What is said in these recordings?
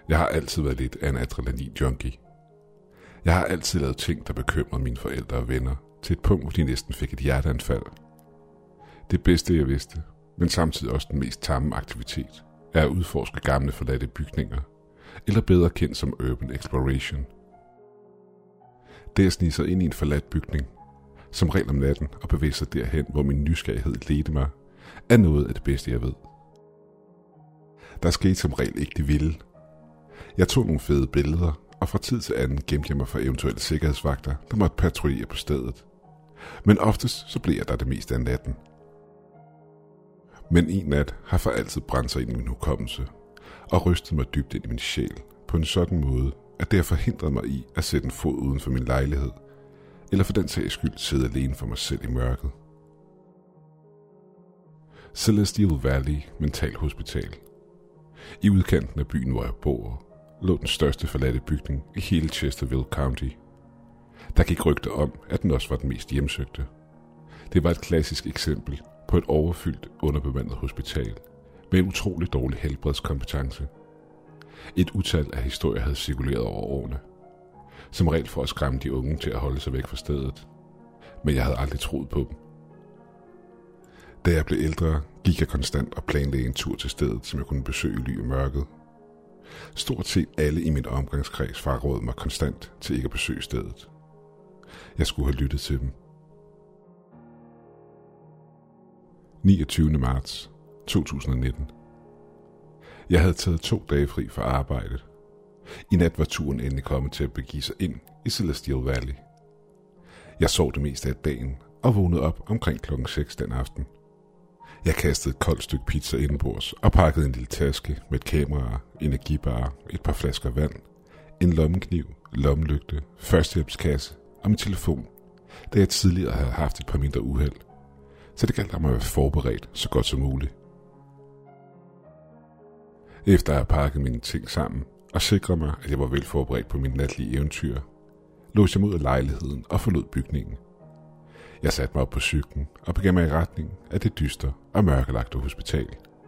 Jeg har altid været lidt af en adrenalin-junkie. Jeg har altid lavet ting, der bekymrede mine forældre og venner, til et punkt, hvor de næsten fik et hjerteanfald. Det bedste, jeg vidste, men samtidig også den mest tamme aktivitet, er at udforske gamle forladte bygninger, eller bedre kendt som urban exploration. Det at snige sig ind i en forladt bygning, som regel om natten og bevæge sig derhen, hvor min nysgerrighed ledte mig, er noget af det bedste, jeg ved. Der skete som regel ikke det vilde. Jeg tog nogle fede billeder, og fra tid til anden gemte jeg mig for eventuelle sikkerhedsvagter, der måtte patruljere på stedet. Men oftest så blev jeg der det meste af natten. Men en nat har for altid brændt sig ind i min hukommelse, og rystet mig dybt ind i min sjæl på en sådan måde, at det har forhindret mig i at sætte en fod uden for min lejlighed, eller for den sags skyld sidde alene for mig selv i mørket. Celestial Valley Mental Hospital. I udkanten af byen, hvor jeg bor, lå den største forladte bygning i hele Chesterfield County. Der gik rygter om, at den også var den mest hjemsøgte. Det var et klassisk eksempel på et overfyldt, underbemandet hospital med en utrolig dårlig helbredskompetence. Et utal af historier havde cirkuleret over årene, som regel for at skræmme de unge til at holde sig væk fra stedet, men jeg havde aldrig troet på dem. Da jeg blev ældre, gik jeg konstant og planlagde en tur til stedet, som jeg kunne besøge i ly af mørket. Stort set alle i min omgangskreds frarådede mig konstant til ikke at besøge stedet. Jeg skulle have lyttet til dem. 29. marts 2019. Jeg havde taget 2 dage fri fra arbejdet. I nat var turen endelig kommet til at begive sig ind i Celestial Valley. Jeg sov det meste af dagen og vågnede op omkring klokken 6 den aften. Jeg kastede et koldt stykke pizza indenbords og pakkede en lille taske med et kamera, energibar, et par flasker vand, en lommekniv, lommelygte, førstehjælpskasse og min telefon, da jeg tidligere havde haft et par mindre uheld. Så det galt om at være forberedt så godt som muligt. Efter at have pakket mine ting sammen og sikret mig, at jeg var vel forberedt på mine natlige eventyr, låste jeg mig ud af lejligheden og forlod bygningen. Jeg satte mig op på cyklen og begav mig i retning af det dystre og mørkelagte hospital.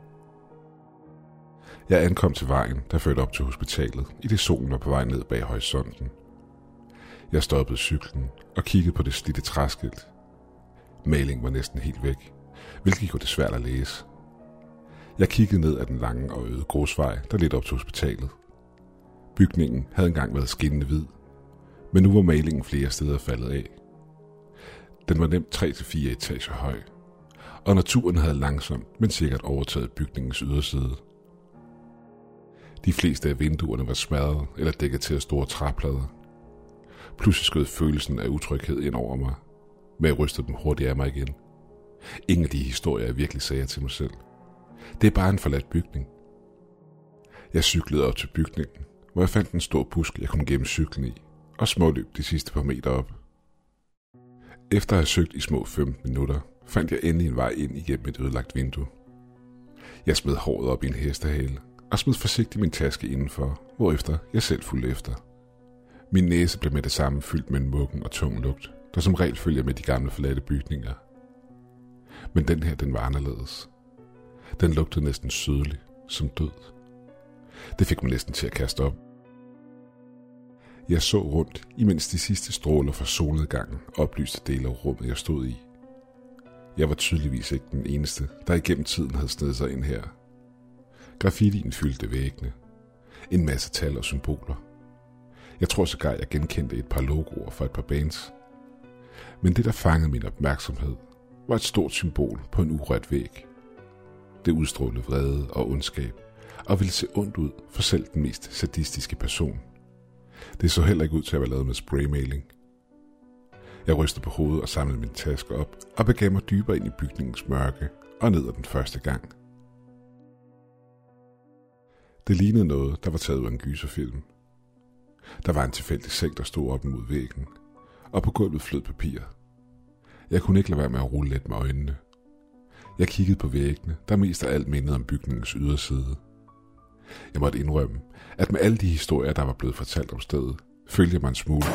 Jeg ankom til vejen, der førte op til hospitalet, i det solen var på vej ned bag horisonten. Jeg stoppede cyklen og kiggede på det slidte træskilt. Malingen var næsten helt væk, hvilket gjorde det svært at læse. Jeg kiggede ned ad den lange og øde grusvej, der ledte op til hospitalet. Bygningen havde engang været skinnende hvid, men nu var malingen flere steder faldet af. Den var nemt 3-4 etager høj, og naturen havde langsomt, men sikkert overtaget bygningens yderside. De fleste af vinduerne var smadret eller dækket til af store træplader. Pludselig skød følelsen af utryghed ind over mig, men jeg rystede dem hurtigt af mig igen. Ingen af de historier jeg virkelig sagde til mig selv. Det er bare en forladt bygning. Jeg cyklede op til bygningen, hvor jeg fandt en stor busk, jeg kunne gemme cyklen i, og småløb de sidste par meter op. Efter at have søgt i små 15 minutter, fandt jeg endelig en vej ind igennem et ødelagt vindue. Jeg smed håret op i en hestehale og smed forsigtigt min taske indenfor, hvorefter jeg selv fulgte efter. Min næse blev med det samme fyldt med en muggen og tung lugt, der som regel følger med de gamle forladte bygninger. Men den her, den var anderledes. Den lugtede næsten sødlig, som død. Det fik mig næsten til at kaste op. Jeg så rundt, imens de sidste stråler fra solnedgangen oplyste dele af rummet, jeg stod i. Jeg var tydeligvis ikke den eneste, der igennem tiden havde snedet sig ind her. Graffitien fyldte væggene. En masse tal og symboler. Jeg tror sågar, jeg genkendte et par logoer fra et par bands. Men det, der fangede min opmærksomhed, var et stort symbol på en urørt væg. Det udstrålede vrede og ondskab, og ville se ondt ud for selv den mest sadistiske person. Det så heller ikke ud til at være lavet med spraymaling. Jeg rystede på hovedet og samlede min taske op, og begav mig dybere ind i bygningens mørke og ned ad den første gang. Det lignede noget, der var taget ud af en gyserfilm. Der var en tilfældig seng, der stod op mod væggen, og på gulvet flød papir. Jeg kunne ikke lade være med at rulle lidt med øjnene. Jeg kiggede på væggene, der mest af alt mindede om bygningens yderside. Jeg måtte indrømme, at med alle de historier, der var blevet fortalt om stedet, følte jeg mig en smule.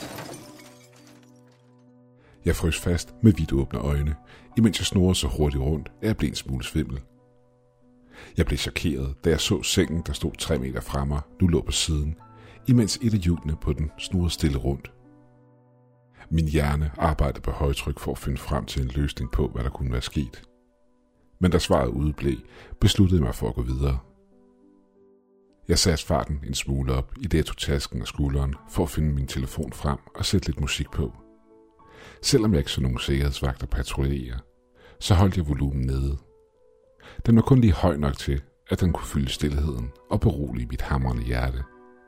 Jeg frøs fast med vidt åbne øjne, imens jeg snurrede så hurtigt rundt, at jeg blev en smule svimmel. Jeg blev chokeret, da jeg så sengen, der stod 3 meter fra mig, nu lå på siden, imens et af hjulene på den snurrede stille rundt. Min hjerne arbejdede på højtryk for at finde frem til en løsning på, hvad der kunne være sket. Men da svaret udeblev, besluttede jeg mig for at gå videre. Jeg satte farten en smule op, i det jeg tog tasken og skulderen for at finde min telefon frem og sætte lidt musik på. Selvom jeg ikke så nogen sikkerhedsvagter patruljere, så holdt jeg volumen nede. Den var kun lige høj nok til, at den kunne fylde stilheden og berolige mit hamrende hjerte.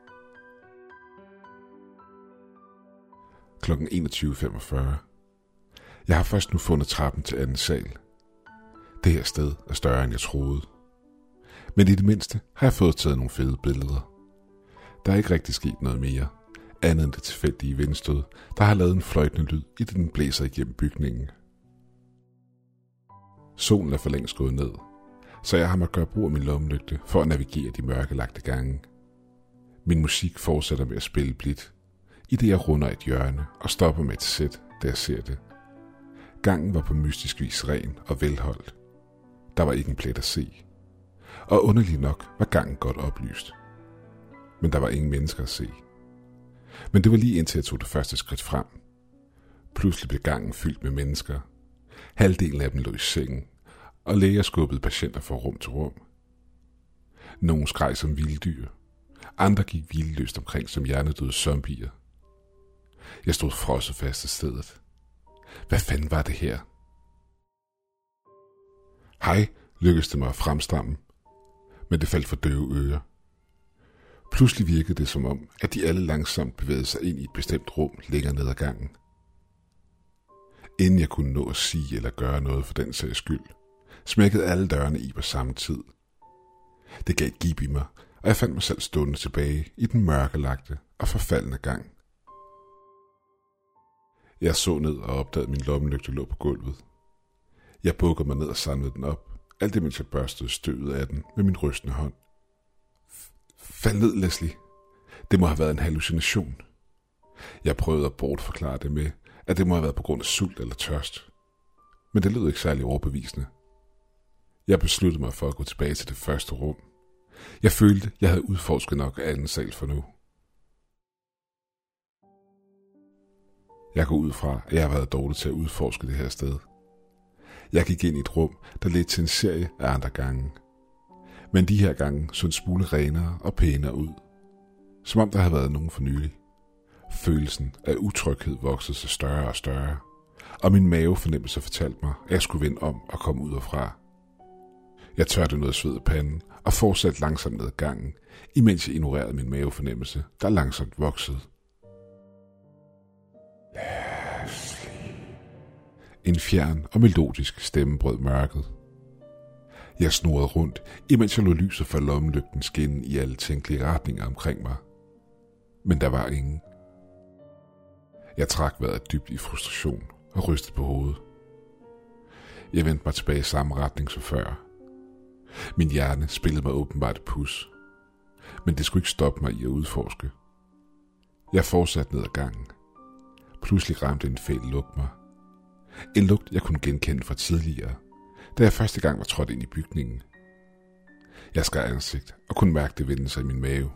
Klokken 21:45. Jeg har først nu fundet trappen til anden sal. Det her sted er større end jeg troede. Men i det mindste har jeg fået taget nogle fede billeder. Der er ikke rigtig sket noget mere, andet end det tilfældige vindstød, der har lavet en fløjtende lyd, i det den blæser igennem bygningen. Solen er for længst gået ned, så jeg har måttet gøre brug af min lommelygte for at navigere de mørkelagte gange. Min musik fortsætter med at spille blidt, i det jeg runder et hjørne og stopper med et sæt, da jeg ser det. Gangen var på mystisk vis ren og velholdt. Der var ikke en plet at se. Og underligt nok var gangen godt oplyst. Men der var ingen mennesker at se. Men det var lige indtil jeg tog det første skridt frem. Pludselig blev gangen fyldt med mennesker. Halvdelen af dem lå i sengen, og læger skubbede patienter fra rum til rum. Nogle skreg som vilde dyr. Andre gik hvileløst omkring som hjernedøde zombier. Jeg stod frosset fast i stedet. Hvad fanden var det her? Hej, lykkedes det mig at fremstamme, men det faldt for døve ører. Pludselig virkede det som om, at de alle langsomt bevægede sig ind i et bestemt rum længere ned ad gangen. Inden jeg kunne nå at sige eller gøre noget for den sags skyld, smækkede alle dørene i på samme tid. Det gav et gib i mig, og jeg fandt mig selv stående tilbage i den mørkelagte og forfaldende gang. Jeg så ned og opdagede, at min lommelygte lå på gulvet. Jeg bukkede mig ned og samlede den op, alt imens jeg børstede støvet af den med min rystende hånd. Fald ned, Leslie. Det må have været en hallucination. Jeg prøvede at bortforklare det med, at det må have været på grund af sult eller tørst. Men det lød ikke særlig overbevisende. Jeg besluttede mig for at gå tilbage til det første rum. Jeg følte, jeg havde udforsket nok af anden sal for nu. Jeg går ud fra, at jeg har været dårlig til at udforske det her sted. Jeg gik ind i et rum, der ledte til en serie af andre gange. Men de her gange så en smule renere og pænere ud. Som om der havde været nogen for nylig. Følelsen af utryghed voksede sig større og større. Og min mavefornemmelse fortalte mig, at jeg skulle vende om og komme ud herfra. Jeg tørte noget sved af panden og fortsatte langsomt ned ad gangen, imens jeg ignorerede min mavefornemmelse, der langsomt voksede. Leslie. En fjern og melodisk stemme brød mørket. Jeg snurrede rundt, imens jeg lod lyset fra lommelygten skinne i alle tænkelige retninger omkring mig. Men der var ingen. Jeg trak vejret dybt i frustration og rystede på hovedet. Jeg vendte mig tilbage i samme retning som før. Min hjerne spillede mig åbenbart et pus. Men det skulle ikke stoppe mig i at udforske. Jeg fortsatte ned ad gangen. Pludselig ramte en fæl lugt mig. En lugt, jeg kunne genkende fra tidligere, da jeg første gang var trådt ind i bygningen. Jeg skar ansigt og kunne mærke det vende sig i min mave.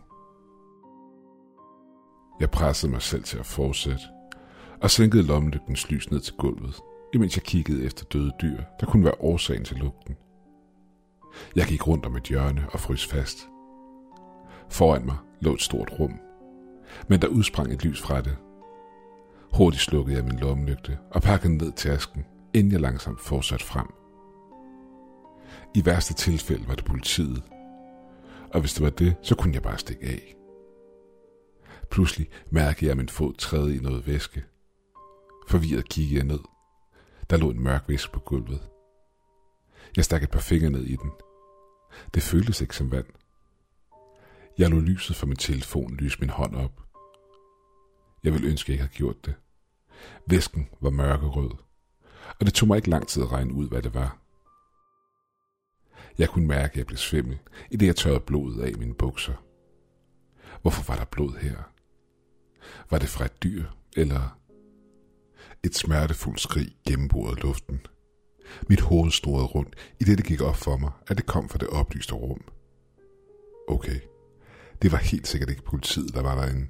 Jeg pressede mig selv til at fortsætte, og sænkede lommelygtens lys ned til gulvet, imens jeg kiggede efter døde dyr, der kunne være årsagen til lugten. Jeg gik rundt om et hjørne og frøs fast. Foran mig lå et stort rum, men der udsprang et lys fra det. Hurtigt slukkede jeg min lommelygte og pakkede ned tasken, inden jeg langsomt fortsatte frem. I værste tilfælde var det politiet, og hvis det var det, så kunne jeg bare stikke af. Pludselig mærkede jeg min fod træde i noget væske. Forvirret kiggede jeg ned. Der lå en mørk væske på gulvet. Jeg stak et par fingre ned i den. Det føltes ikke som vand. Jeg lod lyset fra min telefon lyse min hånd op. Jeg ville ønske, at jeg ikke havde gjort det. Væsken var mørkerød, og det tog mig ikke lang tid at regne ud, hvad det var. Jeg kunne mærke, at jeg blev svimmel, i det jeg tørrede blodet af i mine bukser. Hvorfor var der blod her? Var det fra et dyr, eller... Et smertefuldt skrig gennemborede luften. Mit hoved snurrede rundt, i det gik op for mig, at det kom fra det oplyste rum. Okay, det var helt sikkert ikke politiet, der var derinde.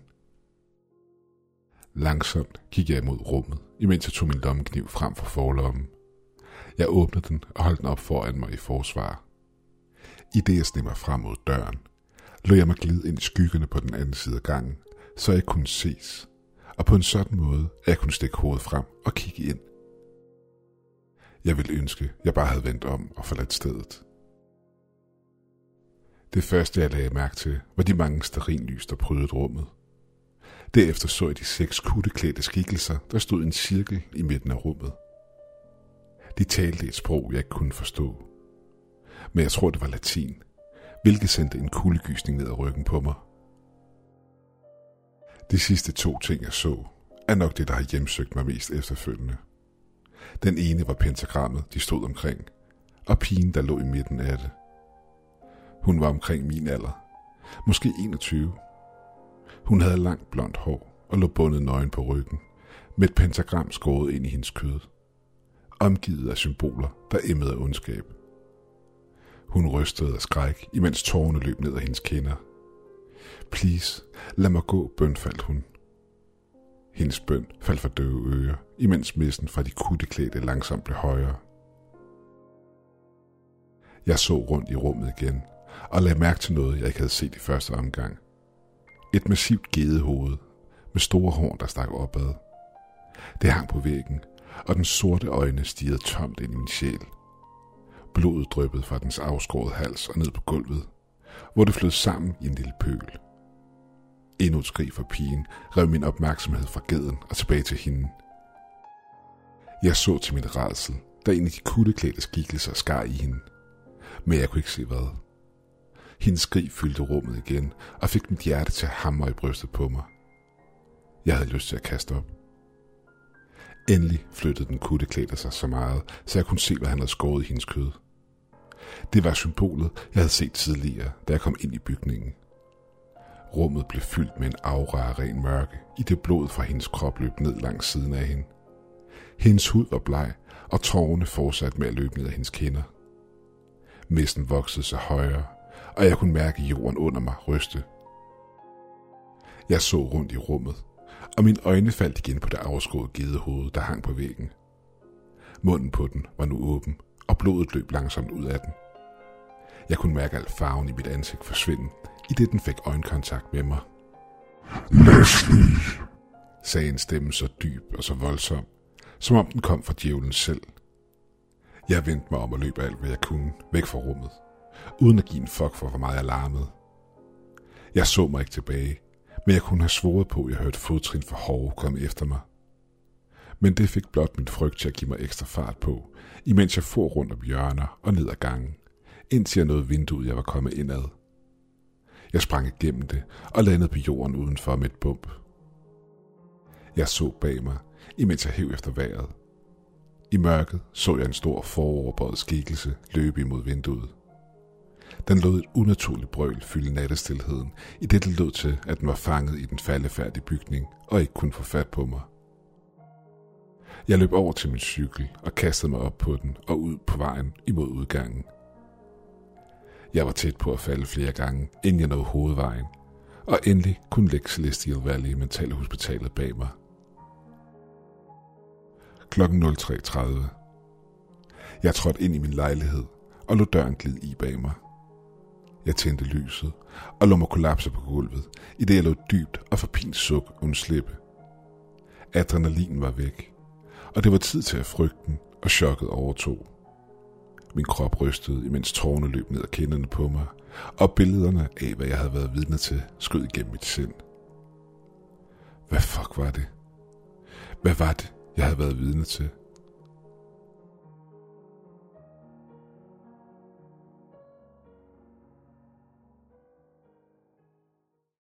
Langsomt gik jeg imod rummet, imens jeg tog min lommekniv frem fra forlommen. Jeg åbnede den og holdt den op foran mig i forsvar. I det jeg sneg mig frem mod døren, lod jeg mig glide ind i skyggerne på den anden side af gangen, så jeg kunne ses, og på en sådan måde, at jeg kunne stikke hovedet frem og kigge ind. Jeg ville ønske, jeg bare havde vendt om og forladt stedet. Det første, jeg lagde mærke til, var de mange stearinlys, der prydede rummet. Derefter så jeg de 6 kutteklædte skikkelser, der stod i en cirkel i midten af rummet. De talte et sprog, jeg ikke kunne forstå. Men jeg tror, det var latin, hvilket sendte en kuldegysning ned ad ryggen på mig. De sidste 2 ting, jeg så, er nok det, der har hjemsøgt mig mest efterfølgende. Den ene var pentagrammet, de stod omkring, og pigen, der lå i midten af det. Hun var omkring min alder, måske 21. Hun havde langt blondt hår og lå bundet nøgen på ryggen, med et pentagram skåret ind i hendes kød, omgivet af symboler, der emmede af ondskab. Hun rystede af skræk, imens tårerne løb ned ad hendes kinder. Please, lad mig gå, bønfaldt hun. Hendes bøn faldt for døve ører, imens messen fra de kutteklædte langsomt blev højere. Jeg så rundt i rummet igen, og lagde mærke til noget, jeg ikke havde set i første omgang. Et massivt gedehoved med store horn, der stak opad. Det hang på væggen, og den sorte øjne stirrede tomt ind i min sjæl. Blodet dryppede fra dens afskårede hals og ned på gulvet, hvor det flød sammen i en lille pøl. Endnu et skrig fra pigen rev min opmærksomhed fra geden og tilbage til hende. Jeg så til min rædsel, da en af de kutteklædte skikkelser skar i hende, men jeg kunne ikke se hvad. Hendes skrig fyldte rummet igen og fik mit hjerte til at hamre i brystet på mig. Jeg havde lyst til at kaste op. Endelig flyttede den kutteklædte sig så meget, så jeg kunne se, hvad han havde skåret i hendes kød. Det var symbolet, jeg havde set tidligere, da jeg kom ind i bygningen. Rummet blev fyldt med en aura af ren mørke, i det blod fra hendes krop løb ned langs siden af hende. Hendes hud var bleg, og tårerne fortsatte med at løbe ned af hendes kinder. Messen voksede sig højere, og jeg kunne mærke jorden under mig ryste. Jeg så rundt i rummet, og mine øjne faldt igen på det afskårede gedehoved, der hang på væggen. Munden på den var nu åben, og blodet løb langsomt ud af den. Jeg kunne mærke al farven i mit ansigt forsvinde, i det den fik øjenkontakt med mig. Leslie, sagde en stemme så dyb og så voldsom, som om den kom fra djævlen selv. Jeg vendte mig om og løb alt, hvad jeg kunne, væk fra rummet, uden at give en fuck for, hvor meget jeg larmede. Jeg så mig ikke tilbage, men jeg kunne have svoret på, at jeg hørte fodtrin for hårde komme efter mig. Men det fik blot min frygt til at give mig ekstra fart på, imens jeg for rundt om hjørner og ned ad gangen, indtil jeg nåede vinduet, jeg var kommet indad. Jeg sprang igennem det og landede på jorden udenfor med et bump. Jeg så bag mig, imens jeg hev efter vejret. I mørket så jeg en stor foroverbøjet skikkelse løbe imod vinduet. Den lod et unaturligt brøl fylde nattestilheden, i det lød til, at den var fanget i den faldefærdige bygning og ikke kunne få fat på mig. Jeg løb over til min cykel og kastede mig op på den og ud på vejen imod udgangen. Jeg var tæt på at falde flere gange, inden jeg nåede hovedvejen, og endelig kunne lægge Celestial Valley mentale hospitalet bag mig. Klokken 03:30. Jeg trådte ind i min lejlighed og lod døren glide i bag mig. Jeg tændte lyset og lod mig kollapse på gulvet, i det jeg lå dybt og forpint suk undslippe. Adrenalinen var væk, og det var tid til at frygten og chokket overtog. Min krop rystede, imens tårerne løb ned ad kinderne på mig, og billederne af, hvad jeg havde været vidne til, skød igennem mit sind. Hvad fuck var det? Hvad var det, jeg havde været vidne til?